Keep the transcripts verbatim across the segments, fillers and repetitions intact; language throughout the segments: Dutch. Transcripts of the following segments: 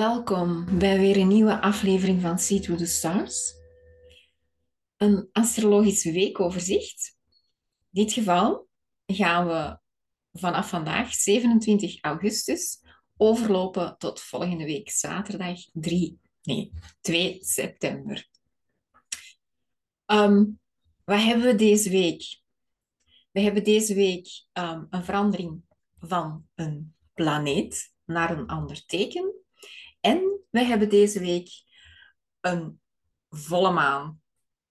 Welkom bij weer een nieuwe aflevering van See to the Stars. Een astrologisch weekoverzicht. In dit geval gaan we vanaf vandaag, zevenentwintig augustus, overlopen tot volgende week zaterdag drie, nee, twee september. Um, wat hebben we deze week? We hebben deze week um, een verandering van een planeet naar een ander teken. En we hebben deze week een volle maan.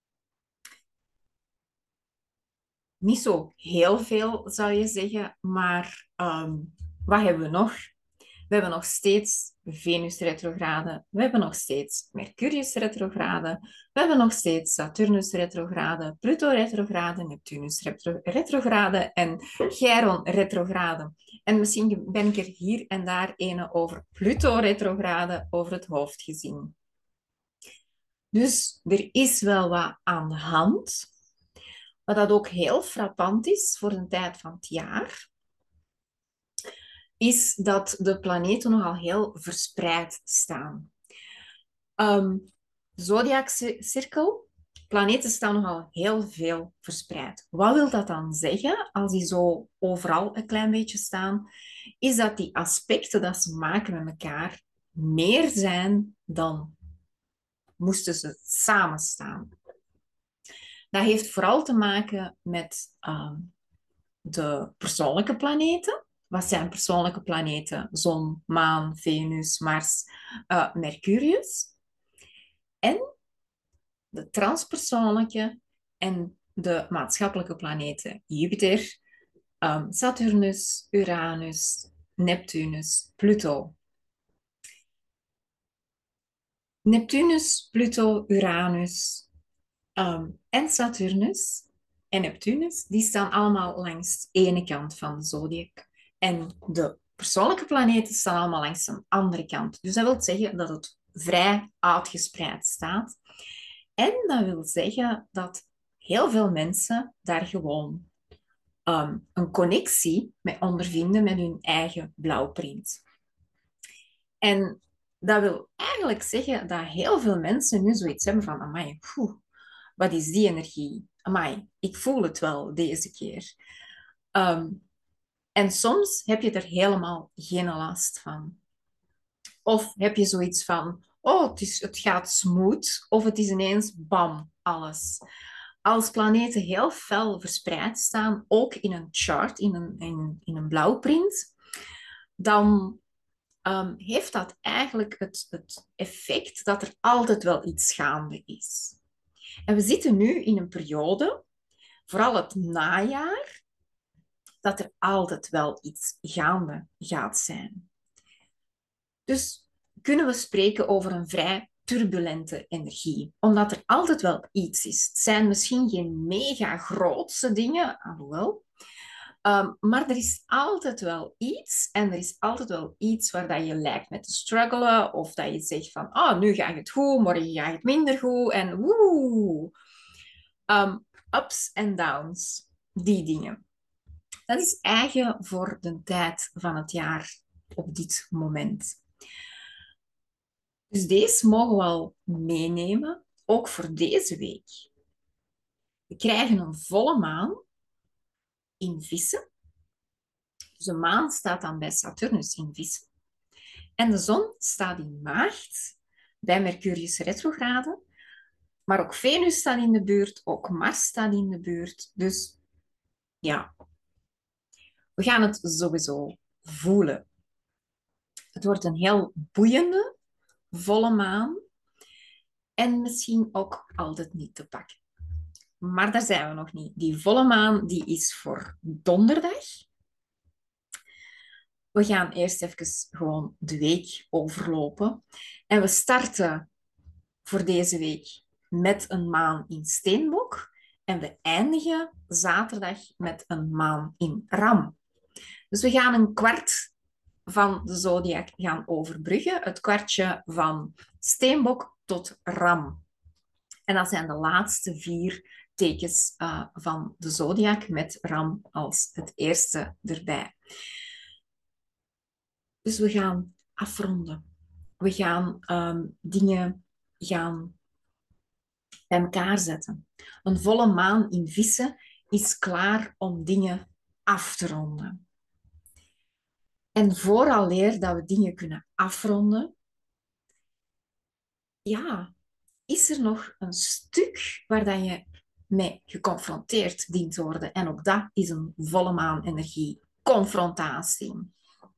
Niet zo heel veel, zou je zeggen, maar um, wat hebben we nog? We hebben nog steeds Venus retrograde, we hebben nog steeds Mercurius retrograde, we hebben nog steeds Saturnus retrograde, Pluto retrograde, Neptunus retro retrograde en Chiron retrograde. En misschien ben ik er hier en daar ene over Pluto retrograde over het hoofd gezien. Dus er is wel wat aan de hand. Wat dat ook heel frappant is voor de tijd van het jaar, is dat de planeten nogal heel verspreid staan. Um, Zodiaccirkel, planeten staan nogal heel veel verspreid. Wat wil dat dan zeggen, als die zo overal een klein beetje staan? Is dat die aspecten dat ze maken met elkaar meer zijn dan moesten ze samen staan. Dat heeft vooral te maken met um, de persoonlijke planeten. Wat zijn persoonlijke planeten? Zon, maan, Venus, Mars, uh, Mercurius. En de transpersoonlijke en de maatschappelijke planeten. Jupiter, um, Saturnus, Uranus, Neptunus, Pluto. Neptunus, Pluto, Uranus um, en Saturnus en Neptunus, die staan allemaal langs de ene kant van de zodiac. En de persoonlijke planeten staan allemaal langs een andere kant. Dus dat wil zeggen dat het vrij uitgespreid staat. En dat wil zeggen dat heel veel mensen daar gewoon um, een connectie mee ondervinden met hun eigen blauwprint. En dat wil eigenlijk zeggen dat heel veel mensen nu zoiets hebben van, amai, poeh, wat is die energie? Amai, ik voel het wel deze keer. Um, en soms heb je er helemaal geen last van. Of heb je zoiets van, oh, het, is, het gaat smooth, of het is ineens bam, alles. Als planeten heel fel verspreid staan, ook in een chart, in een, in, in een blauwprint, dan um, heeft dat eigenlijk het, het effect dat er altijd wel iets gaande is. En we zitten nu in een periode, vooral het najaar, dat er altijd wel iets gaande gaat zijn. Dus kunnen we spreken over een vrij turbulente energie, omdat er altijd wel iets is. Het zijn misschien geen mega grootse dingen, alhoewel, um, maar er is altijd wel iets en er is altijd wel iets waar dat je lijkt met te struggelen of dat je zegt van, ah, oh, nu gaat het goed, morgen gaat het minder goed en woe. Um, ups en downs, die dingen. Dat is eigen voor de tijd van het jaar op dit moment. Dus deze mogen we al meenemen, ook voor deze week. We krijgen een volle maan in Vissen. Dus de maan staat dan bij Saturnus in Vissen. En de zon staat in Maagd, bij Mercurius retrograde. Maar ook Venus staat in de buurt, ook Mars staat in de buurt. Dus ja, we gaan het sowieso voelen. Het wordt een heel boeiende, volle maan. En misschien ook altijd niet te pakken. Maar daar zijn we nog niet. Die volle maan die is voor donderdag. We gaan eerst even gewoon de week overlopen. En we starten voor deze week met een maan in Steenbok. En we eindigen zaterdag met een maan in Ram. Dus we gaan een kwart van de zodiac gaan overbruggen. Het kwartje van Steenbok tot Ram. En dat zijn de laatste vier tekens uh, van de zodiac met Ram als het eerste erbij. Dus we gaan afronden. We gaan um, dingen gaan bij elkaar zetten. Een volle maan in vissen is klaar om dingen af te ronden. En vooraleer dat we dingen kunnen afronden, ja, is er nog een stuk waar dat je mee geconfronteerd dient te worden. En ook dat is een volle maan energie. Confrontatie.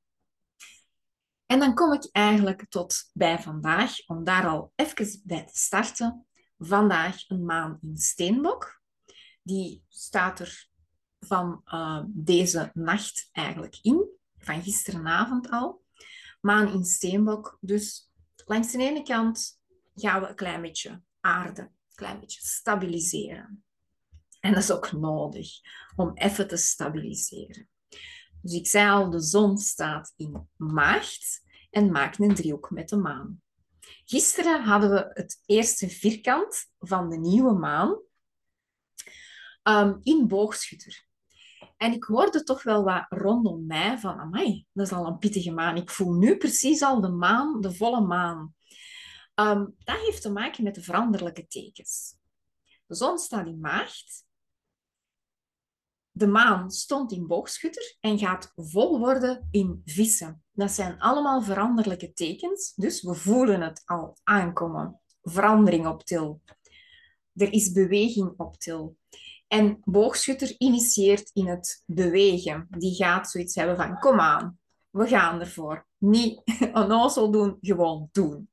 En dan kom ik eigenlijk tot bij vandaag, om daar al even bij te starten. Vandaag een maan in Steenbok. Die staat er van uh, deze nacht eigenlijk in, van gisteravond al. Maan in Steenbok, dus langs de ene kant gaan we een klein beetje aarde, een klein beetje stabiliseren. En dat is ook nodig om even te stabiliseren. Dus ik zei al, de zon staat in maagd en maakt een driehoek met de maan. Gisteren hadden we het eerste vierkant van de nieuwe maan um, in Boogschutter. En ik hoorde toch wel wat rondom mij van, amai, dat is al een pittige maan. Ik voel nu precies al de maan, de volle maan. Um, dat heeft te maken met de veranderlijke tekens. De zon staat in maagd. De maan stond in Boogschutter en gaat vol worden in vissen. Dat zijn allemaal veranderlijke tekens, dus we voelen het al aankomen. Verandering op til. Er is beweging op til. En Boogschutter initieert in het bewegen. Die gaat zoiets hebben van, kom aan, we gaan ervoor. Niet onnozel doen, gewoon doen.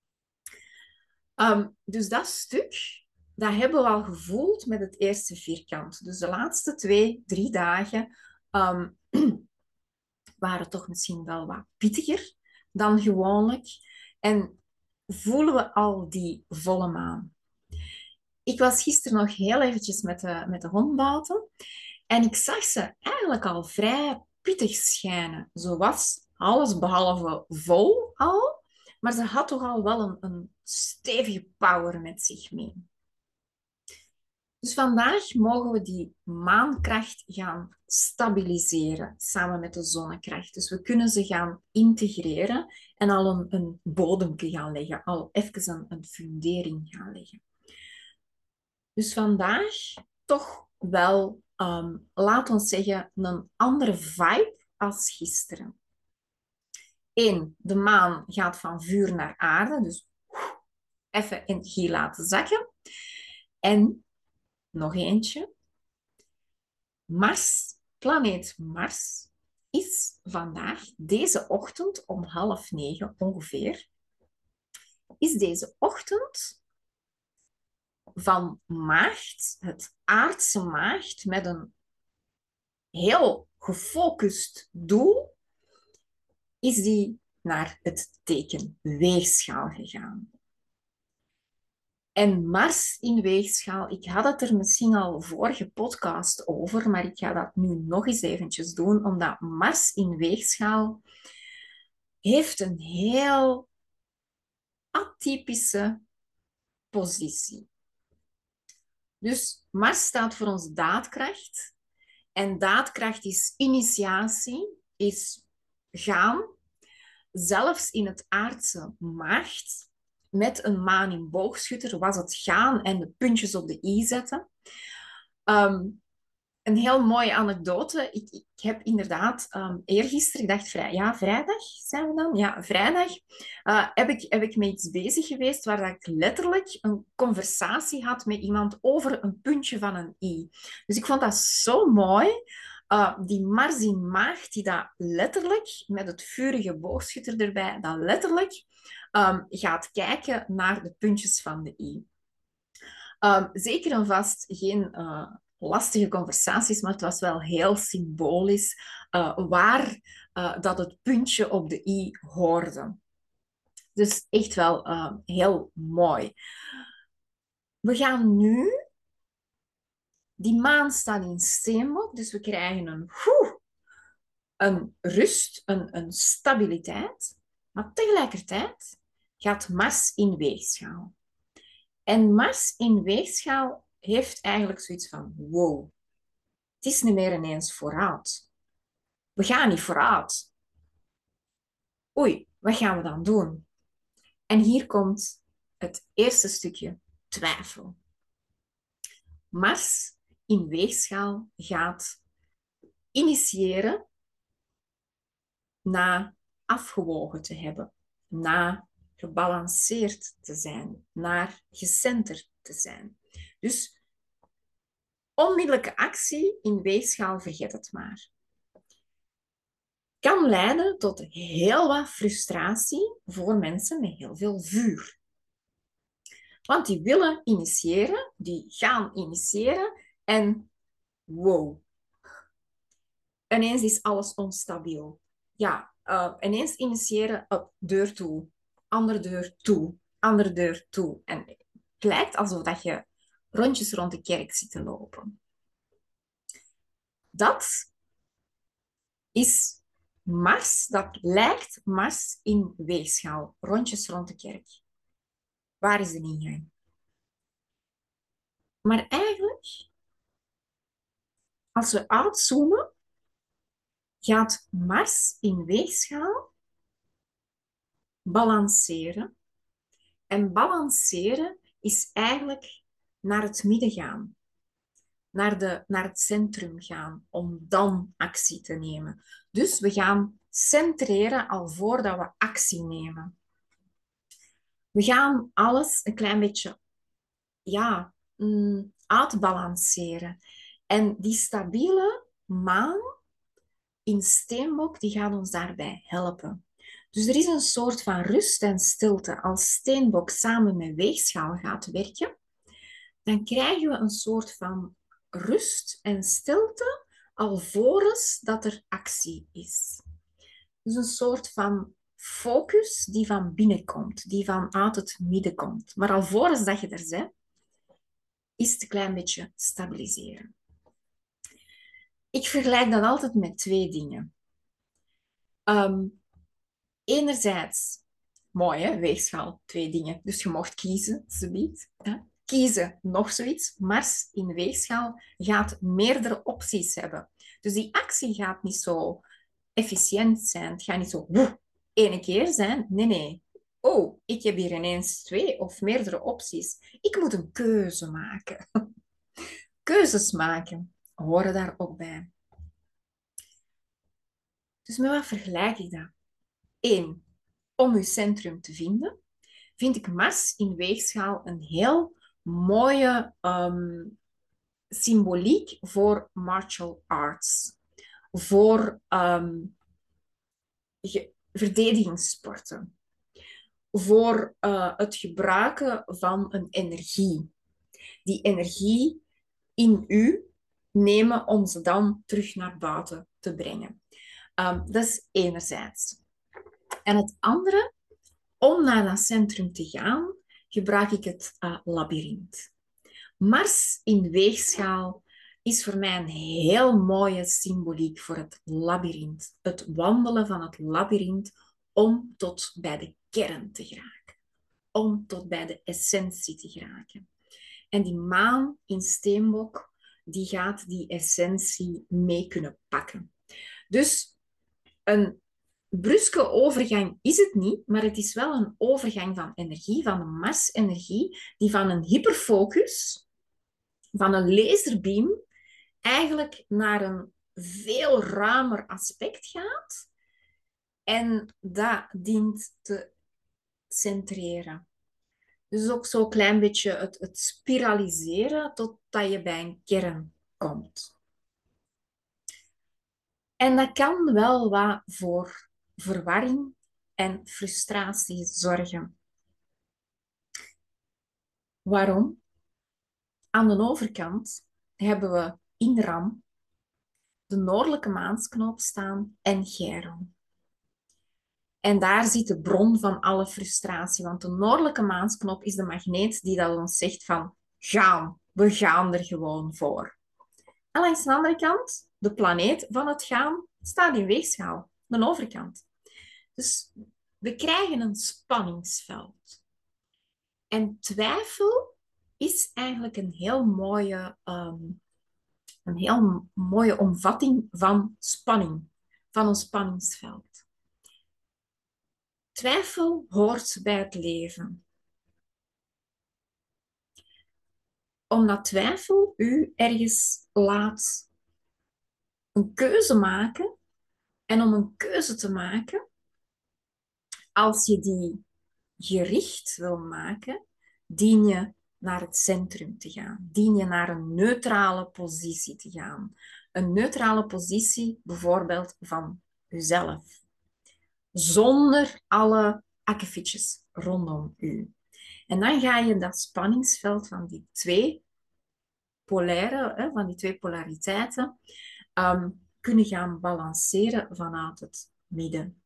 Um, dus dat stuk, dat hebben we al gevoeld met het eerste vierkant. Dus de laatste twee, drie dagen um, waren toch misschien wel wat pittiger dan gewoonlijk. En voelen we al die volle maan. Ik was gisteren nog heel eventjes met de, met de hond buiten en ik zag ze eigenlijk al vrij pittig schijnen. Zo was alles behalve vol al, maar ze had toch al wel een, een stevige power met zich mee. Dus vandaag mogen we die maankracht gaan stabiliseren samen met de zonnekracht. Dus we kunnen ze gaan integreren en al een, een bodempje gaan leggen, al even een, een fundering gaan leggen. Dus vandaag toch wel, um, laat ons zeggen, een andere vibe als gisteren. Eén, de maan gaat van vuur naar aarde, dus even energie laten zakken. En nog eentje. Mars, planeet Mars, is vandaag, deze ochtend om half negen ongeveer, is deze ochtend van maagd, het aardse maagd, met een heel gefocust doel, is die naar het teken weegschaal gegaan. En Mars in weegschaal, ik had het er misschien al vorige podcast over, maar ik ga dat nu nog eens eventjes doen, omdat Mars in weegschaal heeft een heel atypische positie. Dus Mars staat voor onze daadkracht. En daadkracht is initiatie, is gaan. Zelfs in het aardse maagd, met een maan in Boogschutter, was het gaan en de puntjes op de i zetten. Um, een heel mooie anekdote. Ik, ik heb inderdaad um, eergisteren, ik dacht vrij, ja, vrijdag zijn we dan? Ja, vrijdag uh, heb, ik, heb ik mee iets bezig geweest waar ik letterlijk een conversatie had met iemand over een puntje van een i. Dus ik vond dat zo mooi. Uh, die Mars in maagd, die dat letterlijk, met het vurige boogschutter erbij, dat letterlijk um, gaat kijken naar de puntjes van de i. Um, zeker en vast geen uh, lastige conversaties, maar het was wel heel symbolisch uh, waar uh, dat het puntje op de i hoorde. Dus echt wel uh, heel mooi. We gaan nu... Die maan staat in Steenbok, dus we krijgen een, woe, een rust, een, een stabiliteit. Maar tegelijkertijd gaat Mars in weegschaal. En Mars in weegschaal heeft eigenlijk zoiets van, wow, het is niet meer ineens vooruit. We gaan niet vooruit. Oei, wat gaan we dan doen? En hier komt het eerste stukje twijfel. Mars in weegschaal gaat initiëren na afgewogen te hebben, na gebalanceerd te zijn, naar gecenterd te zijn. Dus onmiddellijke actie in weegschaal, vergeet het maar. Kan leiden tot heel wat frustratie voor mensen met heel veel vuur. Want die willen initiëren, die gaan initiëren en wow, ineens is alles onstabiel. Ja, uh, ineens initiëren op deur toe, andere deur toe, andere deur toe. En het lijkt alsof dat je rondjes rond de kerk zit te lopen. Dat is Mars, dat lijkt Mars in weegschaal, rondjes rond de kerk. Waar is de ingang? Maar eigenlijk, als we uitzoomen, gaat Mars in weegschaal balanceren. En balanceren is eigenlijk naar het midden gaan, naar, de, naar het centrum gaan, om dan actie te nemen. Dus we gaan centreren al voordat we actie nemen. We gaan alles een klein beetje ja, mm, uitbalanceren. En die stabiele maan in Steenbok, die gaat ons daarbij helpen. Dus er is een soort van rust en stilte. Als Steenbok samen met Weegschaal gaat werken, dan krijgen we een soort van rust en stilte alvorens dat er actie is. Dus een soort van focus die van binnen komt, die vanuit het midden komt. Maar alvorens dat je er bent, is het een klein beetje stabiliseren. Ik vergelijk dat altijd met twee dingen. Um, enerzijds, mooi hè, weegschaal, twee dingen. Dus je mocht kiezen, zoiets. Ja. Kiezen, nog zoiets. Mars in weegschaal gaat meerdere opties hebben. Dus die actie gaat niet zo efficiënt zijn. Het gaat niet zo woe, ene keer zijn. Nee, nee. Oh, ik heb hier ineens twee of meerdere opties. Ik moet een keuze maken. Keuzes maken horen daar ook bij. Dus met wat vergelijk ik dat? Eén, om uw centrum te vinden, vind ik Mars in weegschaal een heel mooie um, symboliek voor martial arts. Voor um, verdedigingssporten. Voor uh, het gebruiken van een energie. Die energie in u nemen om ze dan terug naar buiten te brengen. Um, dat is enerzijds. En het andere, om naar dat centrum te gaan, gebruik ik het uh, labyrint. Mars in weegschaal is voor mij een heel mooie symboliek voor het labyrint. Het wandelen van het labyrint om tot bij de kern te geraken. Om tot bij de essentie te geraken. En die maan in Steenbok, die gaat die essentie mee kunnen pakken. Dus een bruske overgang is het niet, maar het is wel een overgang van energie, van een Mars-energie, die van een hyperfocus, van een laserbeam, eigenlijk naar een veel ruimer aspect gaat. En dat dient te centreren. Dus ook zo'n klein beetje het, het spiraliseren totdat je bij een kern komt. En dat kan wel wat voor verwarring en frustratie zorgen. Waarom? Aan de overkant hebben we in Ram de noordelijke maansknoop staan en Chiron. En daar zit de bron van alle frustratie, want de noordelijke maansknop is de magneet die dat ons zegt van gaan, we gaan er gewoon voor. En langs de andere kant, de planeet van het gaan, staat in weegschaal, de overkant. Dus we krijgen een spanningsveld. En twijfel is eigenlijk een heel mooie, um, een heel mooie omvatting van spanning, van een spanningsveld. Twijfel hoort bij het leven. Omdat twijfel u ergens laat een keuze maken. En om een keuze te maken, als je die gericht wil maken, dien je naar het centrum te gaan. Dien je naar een neutrale positie te gaan. Een neutrale positie bijvoorbeeld van uzelf. Zonder alle akkefietjes rondom u. En dan ga je dat spanningsveld van die twee polaire, hè, van die twee polariteiten, um, kunnen gaan balanceren vanuit het midden.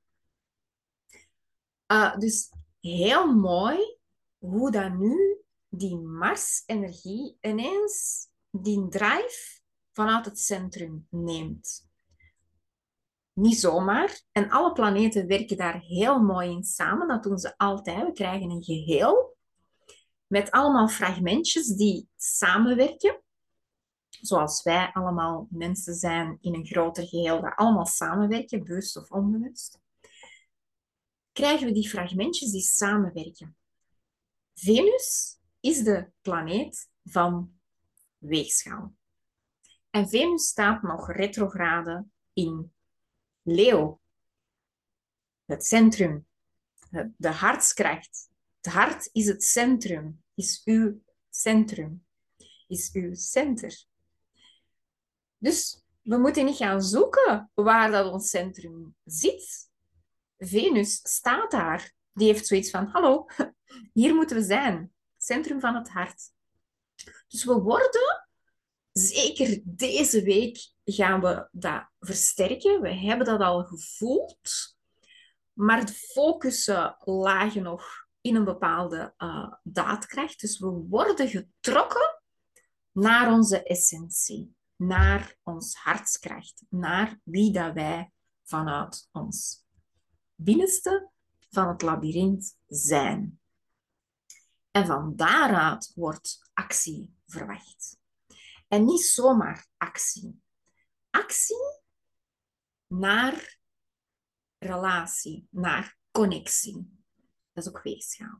Uh, dus heel mooi hoe dat nu die Mars-energie ineens die drive vanuit het centrum neemt. Niet zomaar. En alle planeten werken daar heel mooi in samen. Dat doen ze altijd. We krijgen een geheel met allemaal fragmentjes die samenwerken. Zoals wij allemaal mensen zijn in een groter geheel dat allemaal samenwerken, bewust of onbewust. Krijgen we die fragmentjes die samenwerken. Venus is de planeet van weegschaal. En Venus staat nog retrograde in Leeuw. Het centrum, de hartskracht. Het hart is het centrum, is uw centrum, is uw center. Dus we moeten niet gaan zoeken waar dat ons centrum zit. Venus staat daar. Die heeft zoiets van, hallo, hier moeten we zijn. Centrum van het hart. Dus we worden, zeker deze week gaan we dat versterken. We hebben dat al gevoeld. Maar de focussen lagen nog in een bepaalde uh, daadkracht. Dus we worden getrokken naar onze essentie. Naar ons hartskracht. Naar wie dat wij vanuit ons binnenste van het labyrint zijn. En van daaruit wordt actie verwacht. En niet zomaar actie. Actie naar relatie, naar connectie. Dat is ook weegschaal.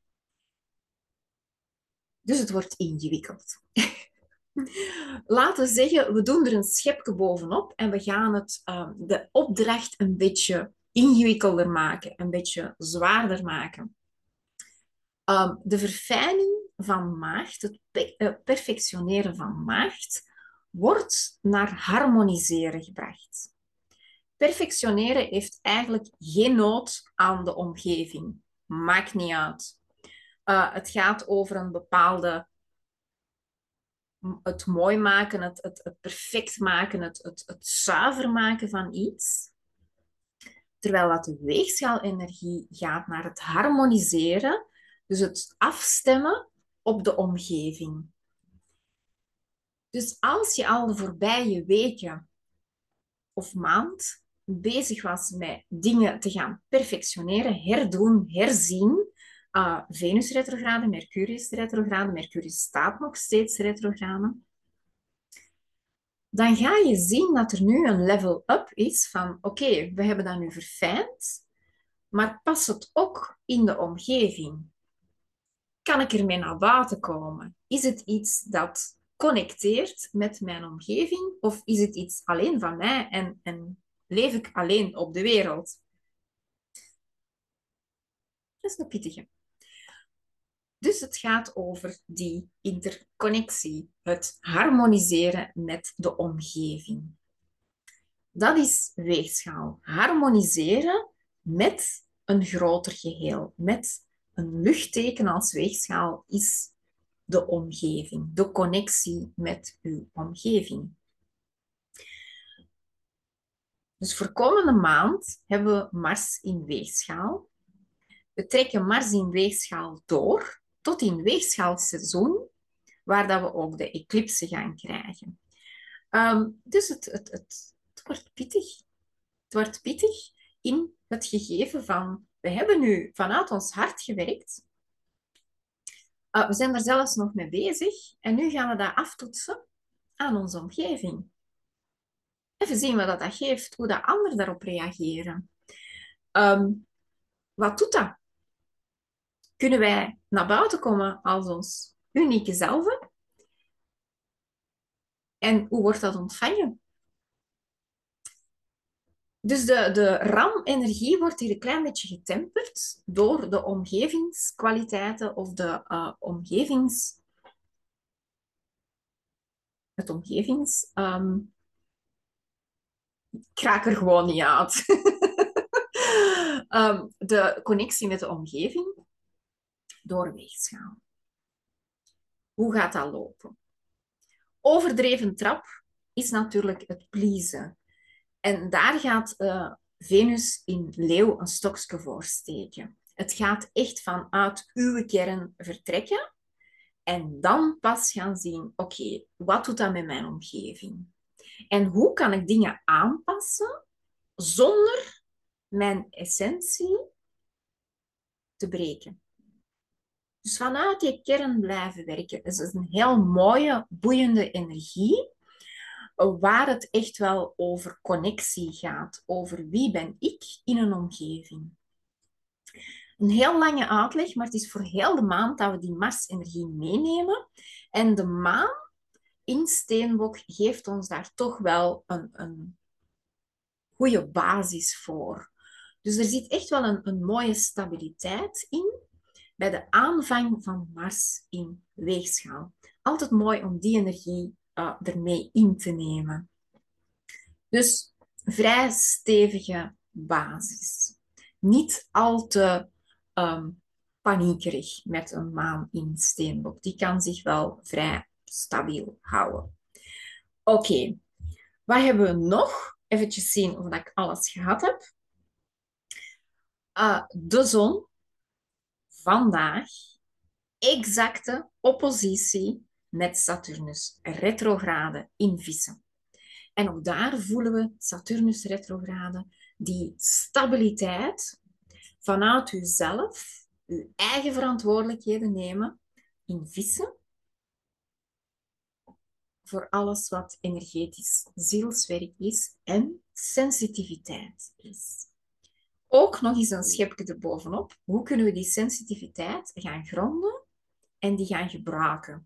Dus het wordt ingewikkeld. Laten we zeggen, we doen er een schepje bovenop en we gaan het, uh, de opdracht een beetje ingewikkelder maken, een beetje zwaarder maken. Um, de verfijning van maagd, het pe uh, perfectioneren van maagd, wordt naar harmoniseren gebracht. Perfectioneren heeft eigenlijk geen nood aan de omgeving. Maakt niet uit. Uh, het gaat over een bepaalde... Het mooi maken, het, het, het perfect maken, het, het, het zuiver maken van iets. Terwijl dat de weegschaalenergie gaat naar het harmoniseren, dus het afstemmen op de omgeving. Dus als je al de voorbije weken of maand bezig was met dingen te gaan perfectioneren, herdoen, herzien, uh, Venus retrograde, Mercurius retrograde, Mercurius staat nog steeds retrograde, dan ga je zien dat er nu een level up is van oké, okay, we hebben dat nu verfijnd, maar past het ook in de omgeving? Kan ik ermee naar buiten komen? Is het iets dat connecteert met mijn omgeving of is het iets alleen van mij en, en leef ik alleen op de wereld? Dat is een pittige. Dus het gaat over die interconnectie, het harmoniseren met de omgeving. Dat is weegschaal. Harmoniseren met een groter geheel, met een luchtteken als weegschaal is de omgeving, de connectie met uw omgeving. Dus voor komende maand hebben we Mars in weegschaal. We trekken Mars in weegschaal door tot in weegschaalseizoen, waar dat we ook de eclipsen gaan krijgen. Um, dus het, het, het, het wordt pittig. Het wordt pittig in het gegeven van, we hebben nu vanuit ons hart gewerkt. Uh, we zijn er zelfs nog mee bezig en nu gaan we dat aftoetsen aan onze omgeving. Even zien wat dat geeft, hoe dat anderen daarop reageren. Um, wat doet dat? Kunnen wij naar buiten komen als ons unieke zelf? En hoe wordt dat ontvangen? Dus de, de RAM-energie wordt hier een klein beetje getemperd door de omgevingskwaliteiten of de uh, omgevings... Het omgevings... Um, ik raak er gewoon niet uit. um, de connectie met de omgeving door weegschaal. Hoe gaat dat lopen? Overdreven trap is natuurlijk het pleasen. En daar gaat uh, Venus in Leeuw een stokje voor steken. Het gaat echt vanuit uw kern vertrekken en dan pas gaan zien, oké, okay, wat doet dat met mijn omgeving? En hoe kan ik dingen aanpassen zonder mijn essentie te breken? Dus vanuit die kern blijven werken. Dus dat is een heel mooie, boeiende energie, waar het echt wel over connectie gaat. Over wie ben ik in een omgeving. Een heel lange uitleg, maar het is voor heel de maand dat we die Mars-energie meenemen. En de maan in Steenbok geeft ons daar toch wel een, een goede basis voor. Dus er zit echt wel een, een mooie stabiliteit in bij de aanvang van Mars in Weegschaal. Altijd mooi om die energie uh, ermee in te nemen. Dus vrij stevige basis. Niet al te um, paniekerig met een maan in Steenbok. Die kan zich wel vrij stabiel houden. Oké, okay. Wat hebben we nog? Even zien of ik alles gehad heb. Uh, de zon vandaag exacte oppositie met Saturnus retrograde in Vissen. En ook daar voelen we Saturnus retrograde, die stabiliteit vanuit uzelf, uw eigen verantwoordelijkheden nemen in Vissen voor alles wat energetisch zielswerk is en sensitiviteit is. Ook nog eens een schepje erbovenop. Hoe kunnen we die sensitiviteit gaan gronden en die gaan gebruiken?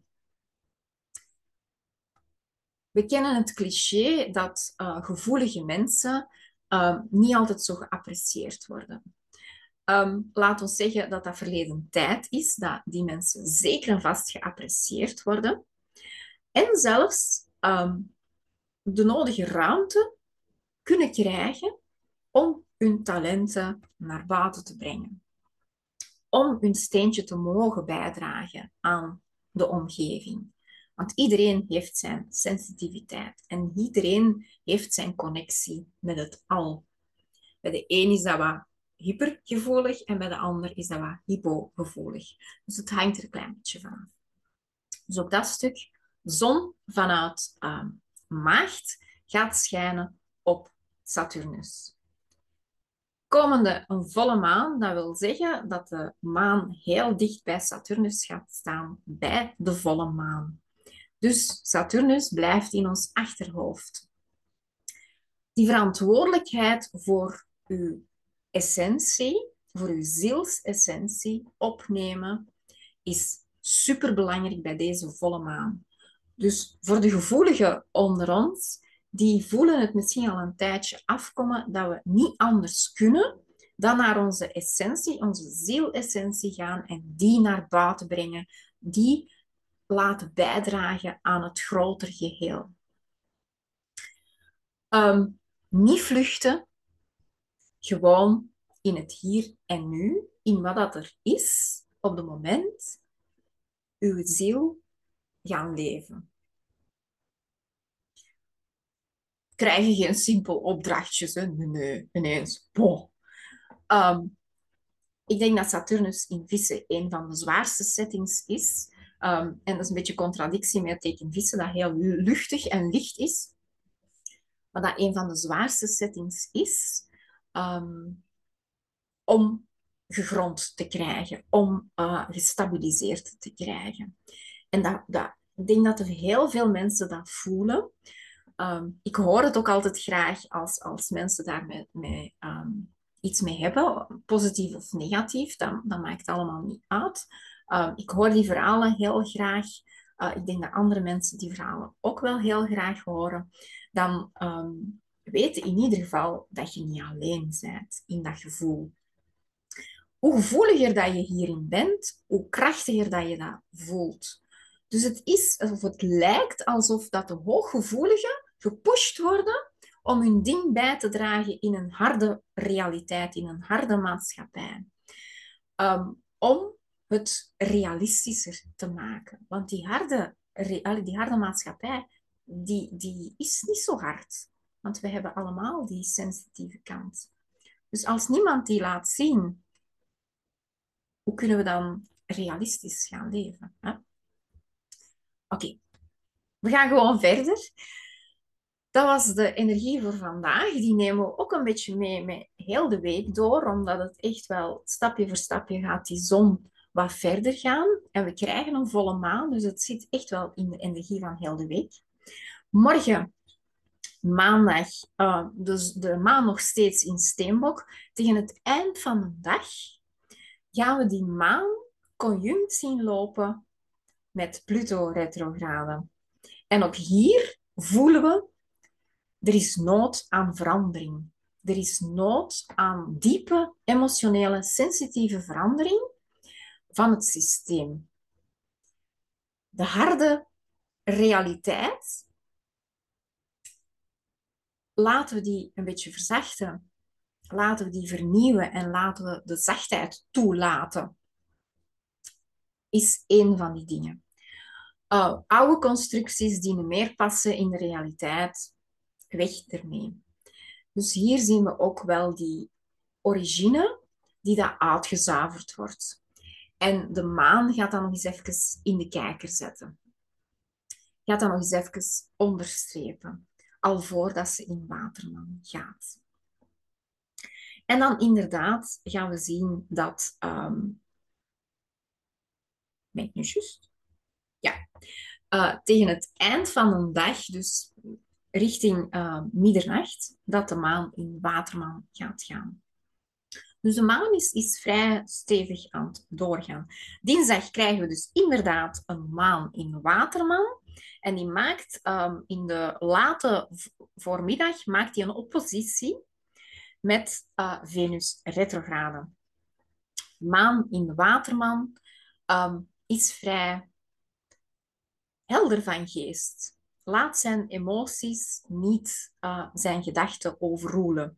We kennen het cliché dat uh, gevoelige mensen uh, niet altijd zo geapprecieerd worden. Um, laat ons zeggen dat dat verleden tijd is, dat die mensen zeker en vast geapprecieerd worden. En zelfs um, de nodige ruimte kunnen krijgen om hun talenten naar buiten te brengen. Om hun steentje te mogen bijdragen aan de omgeving. Want iedereen heeft zijn sensitiviteit en iedereen heeft zijn connectie met het al. Bij de een is dat wat hypergevoelig en bij de ander is dat wat hypogevoelig. Dus het hangt er een klein beetje vanaf. Dus ook dat stuk, zon vanuit uh, maagd gaat schijnen op Saturnus. Komende een volle maan, dat wil zeggen dat de maan heel dicht bij Saturnus gaat staan, bij de volle maan. Dus Saturnus blijft in ons achterhoofd. Die verantwoordelijkheid voor uw essentie, voor uw zielsessentie opnemen, is superbelangrijk bij deze volle maan. Dus voor de gevoeligen onder ons, die voelen het misschien al een tijdje afkomen dat we niet anders kunnen dan naar onze essentie, onze zielessentie gaan en die naar buiten brengen, die laten bijdragen aan het groter geheel. Um, niet vluchten, gewoon in het hier en nu, in wat dat er is, op het moment, uw ziel gaan leven. Krijg je geen simpel opdrachtjes, hè? Nee, nee, ineens. Boah. Um, ik denk dat Saturnus in Vissen een van de zwaarste settings is. Um, en dat is een beetje contradictie met het teken Vissen, dat heel luchtig en licht is. Maar dat een van de zwaarste settings is um, om gegrond te krijgen, om uh, gestabiliseerd te krijgen. En dat, dat, ik denk dat er heel veel mensen dat voelen. Um, ik hoor het ook altijd graag als, als mensen daarmee mee, um, iets mee hebben, positief of negatief, dat, dat maakt allemaal niet uit. Uh, ik hoor die verhalen heel graag. Uh, ik denk dat andere mensen die verhalen ook wel heel graag horen. Dan um, weet in ieder geval dat je niet alleen bent in dat gevoel. Hoe gevoeliger dat je hierin bent, hoe krachtiger dat je dat voelt. Dus het is, of het lijkt alsof dat de hooggevoeligen gepusht worden om hun ding bij te dragen in een harde realiteit, in een harde maatschappij. Um, om het realistischer te maken. Want die harde, die harde maatschappij, die, die is niet zo hard. Want we hebben allemaal die sensitieve kant. Dus als niemand die laat zien, hoe kunnen we dan realistisch gaan leven? Oké, okay. We gaan gewoon verder. Dat was de energie voor vandaag. Die nemen we ook een beetje mee met heel de week door, omdat het echt wel stapje voor stapje gaat die zon wat verder gaan. En we krijgen een volle maan, dus het zit echt wel in de energie van heel de week. Morgen, maandag, uh, dus de maan nog steeds in Steenbok. Tegen het eind van de dag gaan we die maan conjunct zien lopen met Pluto retrograde. En ook hier voelen we, er is nood aan verandering. Er is nood aan diepe, emotionele, sensitieve verandering van het systeem. De harde realiteit, laten we die een beetje verzachten. Laten we die vernieuwen en laten we de zachtheid toelaten. Is één van die dingen. Uh, oude constructies die niet meer passen in de realiteit, weg ermee. Dus hier zien we ook wel die origine die dat uitgezuiverd wordt. En de maan gaat dan nog eens even in de kijker zetten. Gaat dan nog eens even onderstrepen, al voordat ze in Waterman gaat. En dan inderdaad gaan we zien dat... Um, ben ik nu juist? Ja. Uh, tegen het eind van een dag, dus richting uh, middernacht, dat de maan in Waterman gaat gaan. Dus de maan is, is vrij stevig aan het doorgaan. Dinsdag krijgen we dus inderdaad een maan in Waterman. En die maakt um, in de late voormiddag maakt die een oppositie met uh, Venus retrograde. Maan in Waterman um, is vrij helder van geest. Laat zijn emoties niet uh, zijn gedachten overroelen.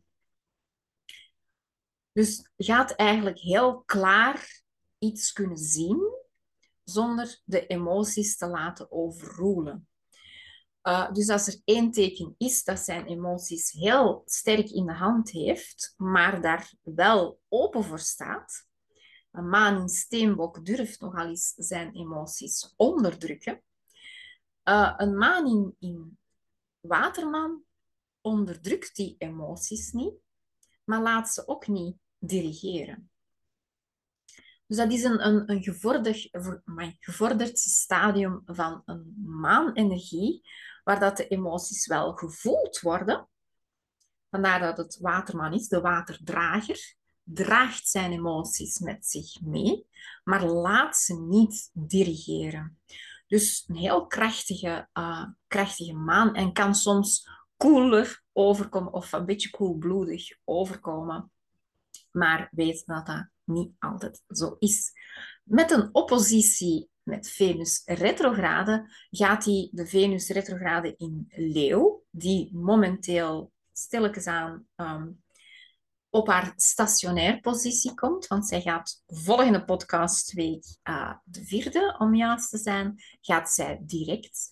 Dus gaat eigenlijk heel klaar iets kunnen zien zonder de emoties te laten overroelen. Uh, dus als er één teken is dat zijn emoties heel sterk in de hand heeft, maar daar wel open voor staat, een maan in Steenbok durft nogal eens zijn emoties onderdrukken. Uh, een maan in, in Waterman onderdrukt die emoties niet, maar laat ze ook niet dirigeren. Dus dat is een, een, een gevorderd, gevorderd stadium van een maanenergie, waar dat de emoties wel gevoeld worden. Vandaar dat het Waterman is, de waterdrager, draagt zijn emoties met zich mee, maar laat ze niet dirigeren. Dus een heel krachtige, uh, krachtige maan en kan soms koeler overkomen of een beetje koelbloedig overkomen. Maar weet dat dat niet altijd zo is. Met een oppositie met Venus retrograde gaat die de Venus retrograde in Leeuw, die momenteel stilletjes aan um, op haar stationair positie komt, want zij gaat volgende podcastweek, uh, de vierde om juist te zijn, gaat zij direct.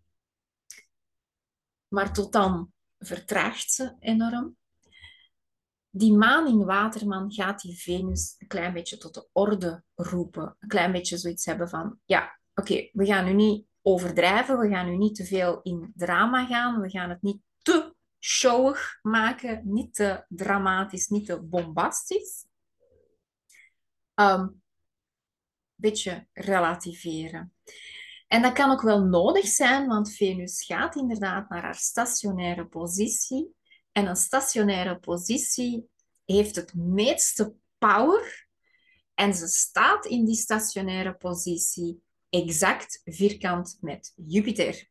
Maar tot dan vertraagt ze enorm. Die maan in Waterman gaat die Venus een klein beetje tot de orde roepen. Een klein beetje zoiets hebben van, ja, oké, okay, we gaan nu niet overdrijven, we gaan nu niet te veel in drama gaan, we gaan het niet te showig maken, niet te dramatisch, niet te bombastisch. Een um, beetje relativeren. En dat kan ook wel nodig zijn, want Venus gaat inderdaad naar haar stationaire positie. En een stationaire positie heeft het meeste power en ze staat in die stationaire positie exact vierkant met Jupiter.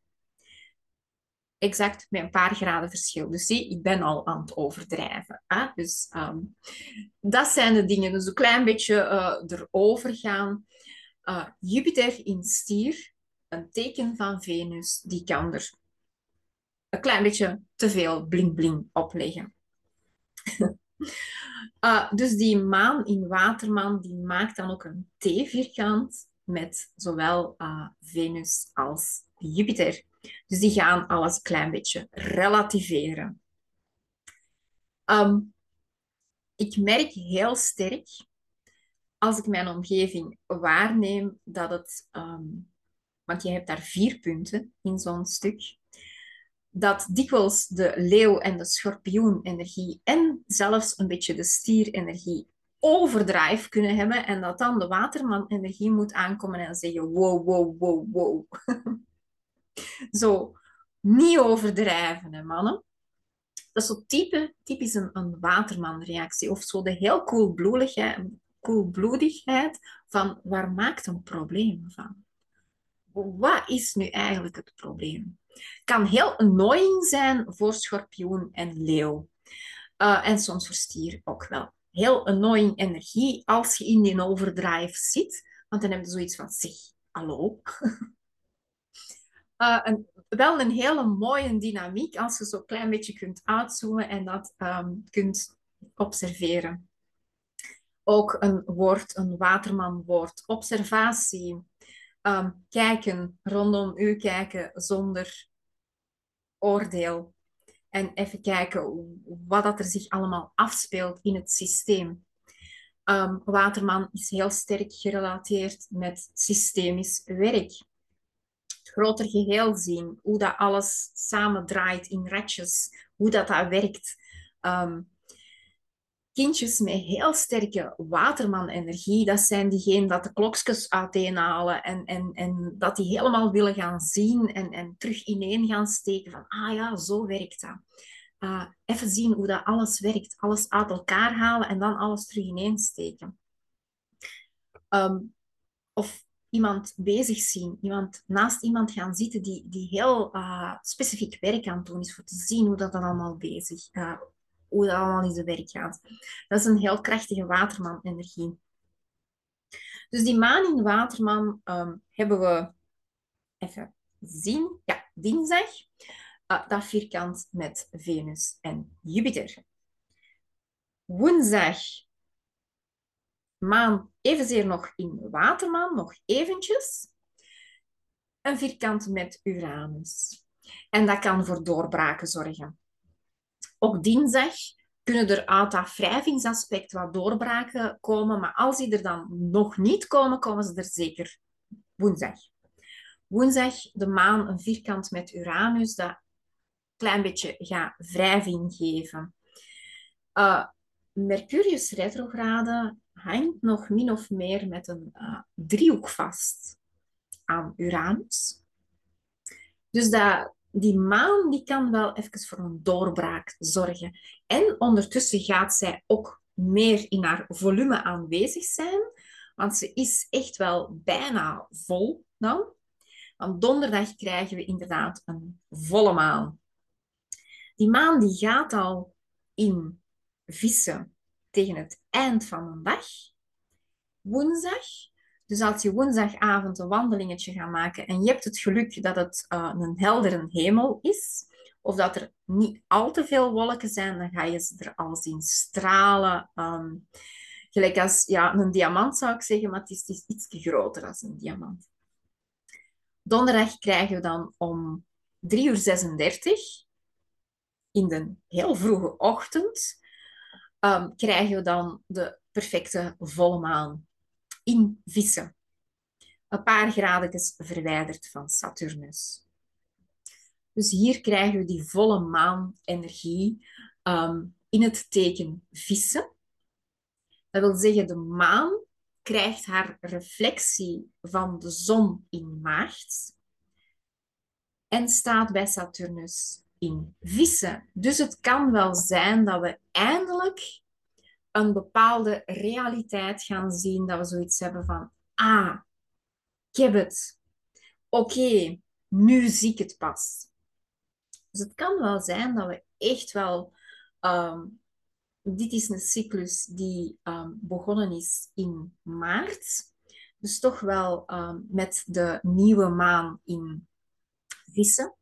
Exact met een paar graden verschil. Dus zie, ik ben al aan het overdrijven. Hè? Dus um, dat zijn de dingen. Dus een klein beetje uh, erover gaan. Uh, Jupiter in stier, een teken van Venus, die kan er een klein beetje te veel bling-bling opleggen. Uh, dus die maan in Waterman, die maakt dan ook een T-vierkant met zowel uh, Venus als Jupiter. Dus die gaan alles een klein beetje relativeren. Um, ik merk heel sterk, als ik mijn omgeving waarneem, dat het... Um, want je hebt daar vier punten in zo'n stuk. Dat dikwijls de leeuw- en de schorpioen-energie en zelfs een beetje de stier-energie overdrive kunnen hebben en dat dan de waterman-energie moet aankomen en zeggen wow, wow, wow, wow. Zo, niet overdrijven, hè, mannen. Dat is zo type, typisch een, een waterman-reactie of zo de heel koelbloedigheid, koelbloedigheid van waar maakt een probleem van? Wat is nu eigenlijk het probleem? Kan heel annoying zijn voor schorpioen en leeuw. Uh, en soms voor stier ook wel. Heel annoying energie als je in die overdrive zit. Want dan heb je zoiets van, zeg, hallo. Uh, een, wel een hele mooie dynamiek als je zo'n klein beetje kunt uitzoomen en dat um, kunt observeren. Ook een woord, een watermanwoord. Observatie. Um, kijken, rondom u kijken zonder oordeel. En even kijken wat dat er zich allemaal afspeelt in het systeem. Um, Waterman is heel sterk gerelateerd met systemisch werk. Het groter geheel zien, hoe dat alles samendraait in ratjes, hoe dat, dat werkt. Um, kindjes met heel sterke waterman-energie, dat zijn diegenen dat de klokjes uiteenhalen en, en, en dat die helemaal willen gaan zien en, en terug ineen gaan steken van, ah ja, zo werkt dat. Uh, even zien hoe dat alles werkt, alles uit elkaar halen en dan alles terug ineen steken. Um, of iemand bezig zien, iemand, naast iemand gaan zitten die, die heel uh, specifiek werk aan het doen is, voor te zien hoe dat dan allemaal bezig, uh, hoe dat allemaal in zijn werk gaat. Dat is een heel krachtige waterman-energie. Dus die maan in waterman um, hebben we even zien. Ja, dinsdag. Uh, dat vierkant met Venus en Jupiter. Woensdag, maan evenzeer nog in waterman, nog eventjes. Een vierkant met Uranus. En dat kan voor doorbraken zorgen. Op dinsdag kunnen er uit dat wrijvingsaspect wat doorbraken komen, maar als die er dan nog niet komen, komen ze er zeker woensdag. Woensdag de maan een vierkant met Uranus, dat een klein beetje gaat wrijving geven. Uh, Mercurius retrograde hangt nog min of meer met een uh, driehoek vast aan Uranus. Dus dat, die maan die kan wel even voor een doorbraak zorgen. En ondertussen gaat zij ook meer in haar volume aanwezig zijn, want ze is echt wel bijna vol dan. Want donderdag krijgen we inderdaad een volle maan. Die maan die gaat al in vissen tegen het eind van de dag. Woensdag. Dus als je woensdagavond een wandelingetje gaat maken en je hebt het geluk dat het uh, een heldere hemel is, of dat er niet al te veel wolken zijn, dan ga je ze er al zien stralen. Um, gelijk als ja, een diamant zou ik zeggen, maar het is, het is iets groter dan een diamant. Donderdag krijgen we dan om drie uur zesendertig, in de heel vroege ochtend, um, krijgen we dan de perfecte volle maan in vissen. Een paar graden verwijderd van Saturnus. Dus hier krijgen we die volle maan-energie um, in het teken vissen. Dat wil zeggen, de maan krijgt haar reflectie van de zon in maart en staat bij Saturnus in vissen. Dus het kan wel zijn dat we eindelijk een bepaalde realiteit gaan zien, dat we zoiets hebben van, ah, ik heb het. Oké, okay, nu zie ik het pas. Dus het kan wel zijn dat we echt wel... Um, dit is een cyclus die um, begonnen is in maart. Dus toch wel um, met de nieuwe maan in Vissen.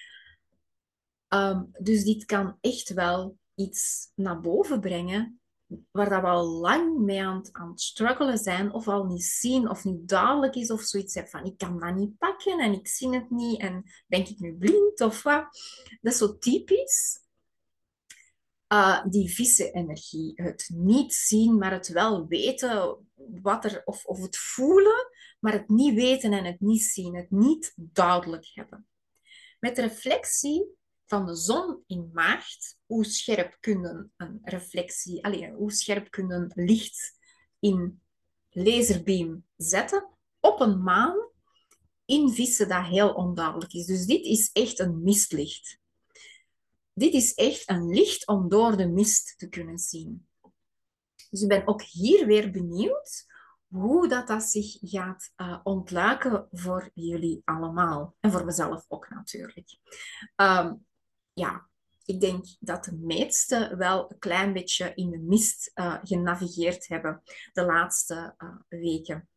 Um, dus dit kan echt wel iets naar boven brengen waar dat we al lang mee aan het, aan het struggelen zijn, of al niet zien, of niet duidelijk is, of zoiets hebt van, ik kan dat niet pakken en ik zie het niet, en ben ik nu blind, of wat. Dat is zo typisch. Uh, die vissen-energie. Het niet zien, maar het wel weten wat er, of, of het voelen, maar het niet weten en het niet zien, het niet duidelijk hebben. Met de reflectie van de zon in maagd, hoe scherp kunnen een reflectie, allez, hoe scherp kunnen licht in laserbeam zetten op een maan in vissen dat heel onduidelijk is. Dus dit is echt een mistlicht. Dit is echt een licht om door de mist te kunnen zien. Dus ik ben ook hier weer benieuwd hoe dat, dat zich gaat uh, ontluiken voor jullie allemaal. En voor mezelf ook natuurlijk. Um, ja, ik denk dat de meesten wel een klein beetje in de mist uh, genavigeerd hebben de laatste uh, weken.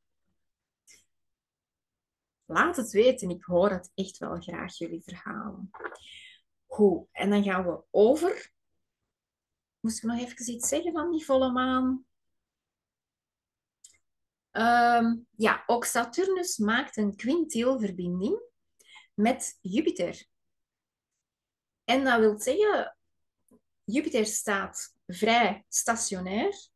Laat het weten, ik hoor het echt wel graag, jullie verhalen. Goed, en dan gaan we over. Moest ik nog even iets zeggen van die volle maan? Um, ja, ook Saturnus maakt een quintielverbinding met Jupiter. En dat wil zeggen, Jupiter staat vrij stationair.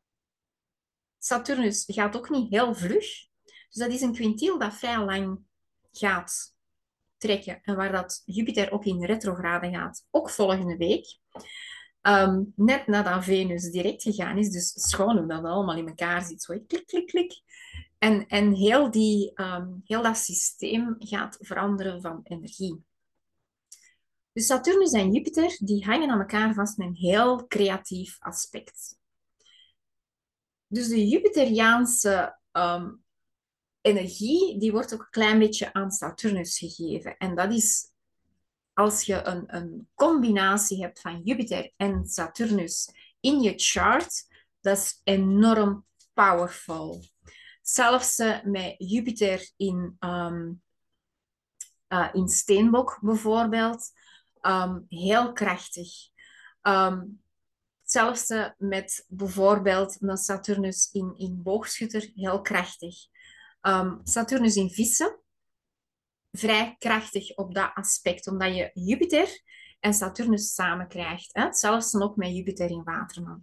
Saturnus gaat ook niet heel vlug. Dus dat is een quintiel dat vrij lang gaat trekken. En waar dat Jupiter ook in retrograde gaat. Ook volgende week. Um, net nadat Venus direct gegaan is. Dus schoon hoe dat allemaal in elkaar zit. Zo klik, klik, klik. En, en heel, die, um, heel dat systeem gaat veranderen van energie. Dus Saturnus en Jupiter die hangen aan elkaar vast met een heel creatief aspect. Dus de Jupiteriaanse um, energie die wordt ook een klein beetje aan Saturnus gegeven. En dat is als je een, een combinatie hebt van Jupiter en Saturnus in je chart, dat is enorm powerful. Zelfs uh, met Jupiter in, um, uh, in Steenbok bijvoorbeeld, um, heel krachtig. Um, zelfs uh, met bijvoorbeeld een Saturnus in, in Boogschutter, heel krachtig. Um, Saturnus in Vissen, vrij krachtig op dat aspect, omdat je Jupiter en Saturnus samen krijgt. Hè? Zelfs ook met Jupiter in Waterman.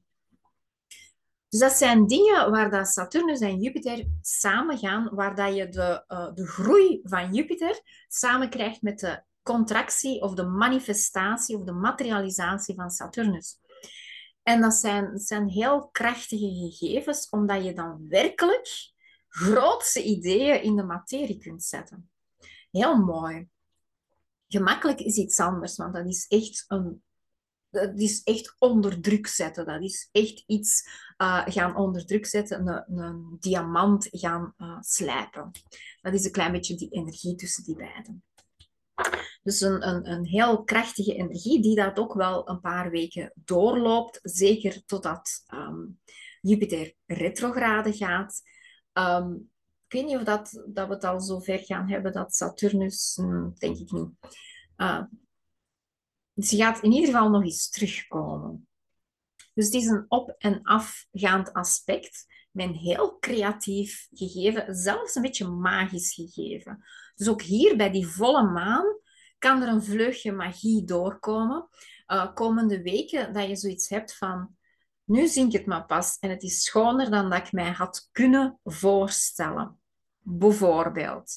Dus dat zijn dingen waar dat Saturnus en Jupiter samen gaan, waar dat je de, uh, de groei van Jupiter samen krijgt met de contractie of de manifestatie of de materialisatie van Saturnus. En dat zijn, dat zijn heel krachtige gegevens, omdat je dan werkelijk grootse ideeën in de materie kunt zetten. Heel mooi. Gemakkelijk is iets anders, want dat is echt een dat is echt onder druk zetten. Dat is echt iets uh, gaan onder druk zetten, een, een diamant gaan uh, slijpen. Dat is een klein beetje die energie tussen die beiden. Dus een, een, een heel krachtige energie die dat ook wel een paar weken doorloopt, zeker totdat um, Jupiter retrograde gaat. Um, ik weet niet of dat, dat we het al zo ver gaan hebben dat Saturnus, hmm, denk ik niet. Uh, Dus je gaat in ieder geval nog eens terugkomen. Dus het is een op- en afgaand aspect met een heel creatief gegeven, zelfs een beetje magisch gegeven. Dus ook hier bij die volle maan kan er een vleugje magie doorkomen. Uh, komende weken dat je zoiets hebt van, nu zie ik het maar pas en het is schoner dan dat ik mij had kunnen voorstellen. Bijvoorbeeld.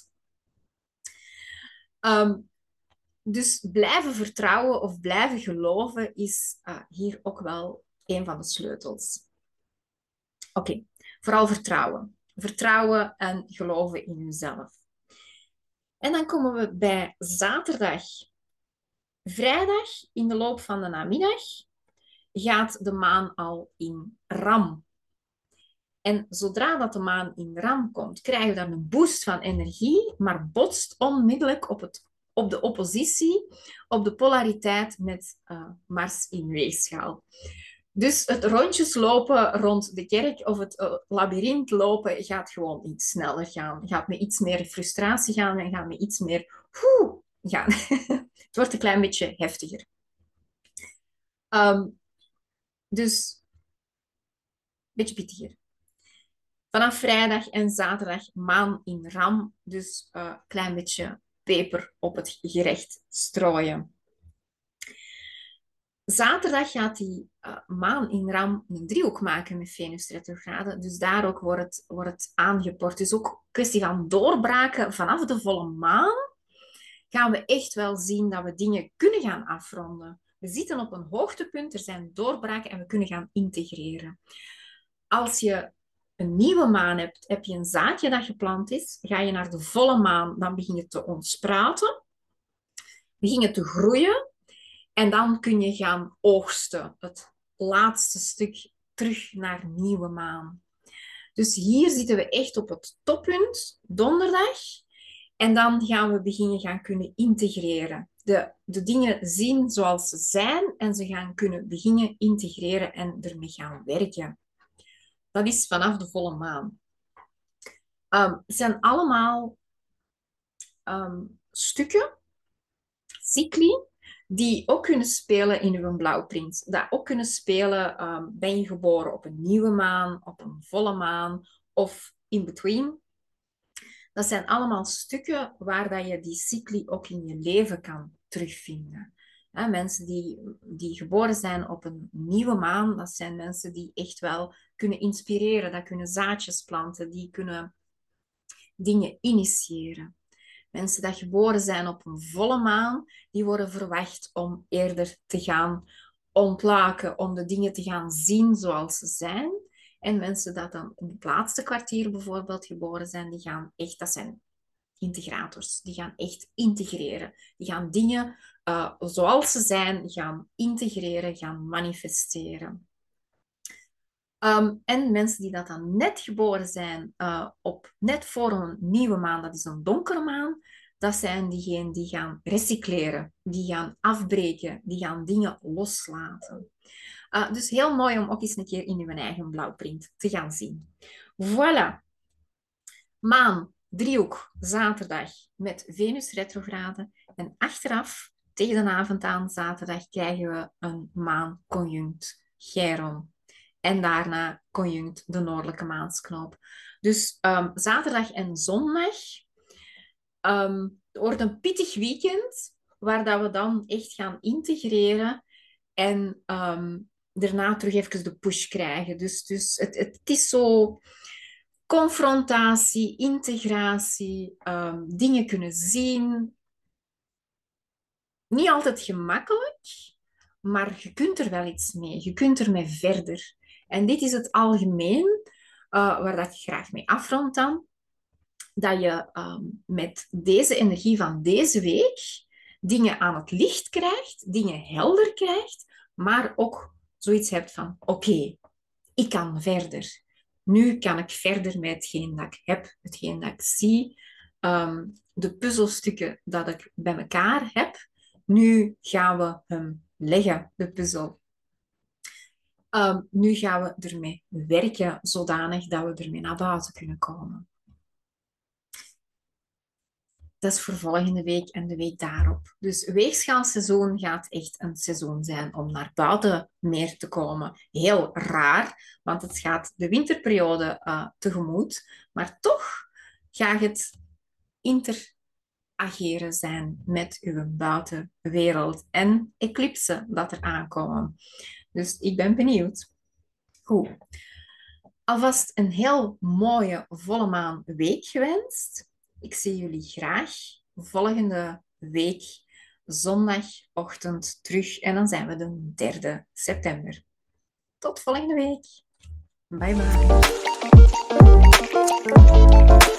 Um, Dus blijven vertrouwen of blijven geloven is uh, hier ook wel een van de sleutels. Oké, okay. Vooral vertrouwen. Vertrouwen en geloven in jezelf. En dan komen we bij zaterdag. Vrijdag in de loop van de namiddag gaat de maan al in Ram. En zodra dat de maan in Ram komt, krijgen we dan een boost van energie, maar botst onmiddellijk op, het, op de oppositie, op de polariteit met uh, Mars in weegschaal. Dus het rondjes lopen rond de kerk of het uh, labyrint lopen gaat gewoon iets sneller gaan. Gaat met iets meer frustratie gaan en gaat met iets meer woe, gaan. Het wordt een klein beetje heftiger. Um, dus een beetje pittiger. Vanaf vrijdag en zaterdag maan in Ram. Dus een uh, klein beetje peper op het gerecht strooien. Zaterdag gaat die uh, maan in Ram een driehoek maken met Venus retrograde. Dus daar ook wordt het, wordt het aangeport. Dus ook een kwestie van doorbraken vanaf de volle maan. Gaan we echt wel zien dat we dingen kunnen gaan afronden. We zitten op een hoogtepunt, er zijn doorbraken en we kunnen gaan integreren. Als je een nieuwe maan hebt, heb je een zaadje dat geplant is, ga je naar de volle maan, dan begin je te ontspruiten, begin je te groeien en dan kun je gaan oogsten. Het laatste stuk terug naar nieuwe maan. Dus hier zitten we echt op het toppunt, donderdag. En dan gaan we beginnen gaan kunnen integreren. De, de dingen zien zoals ze zijn en ze gaan kunnen beginnen integreren en ermee gaan werken. Dat is vanaf de volle maan. Um, het zijn allemaal um, stukken, cycli, die ook kunnen spelen in uw blauwprint. Dat ook kunnen spelen, um, ben je geboren op een nieuwe maan, op een volle maan of in between. Dat zijn allemaal stukken waar dat je die cycli ook in je leven kan terugvinden. He, mensen die, die geboren zijn op een nieuwe maan, dat zijn mensen die echt wel kunnen inspireren, dat kunnen zaadjes planten, die kunnen dingen initiëren. Mensen die geboren zijn op een volle maan, die worden verwacht om eerder te gaan ontlaken, om de dingen te gaan zien zoals ze zijn. En mensen die dan in het laatste kwartier bijvoorbeeld geboren zijn, die gaan echt, dat zijn integrators, die gaan echt integreren. Die gaan dingen uh, zoals ze zijn, gaan integreren, gaan manifesteren. Um, en mensen die dat dan net geboren zijn, uh, op net voor een nieuwe maan, dat is een donkere maan, dat zijn diegenen die gaan recycleren, die gaan afbreken, die gaan dingen loslaten. Uh, dus heel mooi om ook eens een keer in uw eigen blauwprint te gaan zien. Voilà. Maan, driehoek, zaterdag met Venus retrograde. En achteraf, tegen de avond aan zaterdag, krijgen we een maan conjunct Chiron. En daarna conjunct de noordelijke maansknoop. Dus um, zaterdag en zondag um, wordt een pittig weekend, waar dat we dan echt gaan integreren en um, daarna terug even de push krijgen. Dus, dus het, het is zo confrontatie, integratie, um, dingen kunnen zien. Niet altijd gemakkelijk, maar je kunt er wel iets mee. Je kunt ermee verder. En dit is het algemeen, uh, waar dat je graag mee afrondt dan. Dat je um, met deze energie van deze week dingen aan het licht krijgt, dingen helder krijgt, maar ook zoiets hebt van, oké, okay, ik kan verder. Nu kan ik verder met hetgeen dat ik heb, hetgeen dat ik zie, um, de puzzelstukken dat ik bij elkaar heb. Nu gaan we hem leggen, de puzzel. Um, nu gaan we ermee werken, zodanig dat we ermee naar buiten kunnen komen. Dat is voor volgende week en de week daarop. Dus weegschaalseizoen gaat echt een seizoen zijn om naar buiten meer te komen. Heel raar, want het gaat de winterperiode uh, tegemoet. Maar toch gaat het interageren zijn met uw buitenwereld en eclipsen dat er aankomen. Dus ik ben benieuwd. Goed. Alvast een heel mooie volle maan week gewenst. Ik zie jullie graag volgende week zondagochtend terug. En dan zijn we de derde september. Tot volgende week. Bye bye.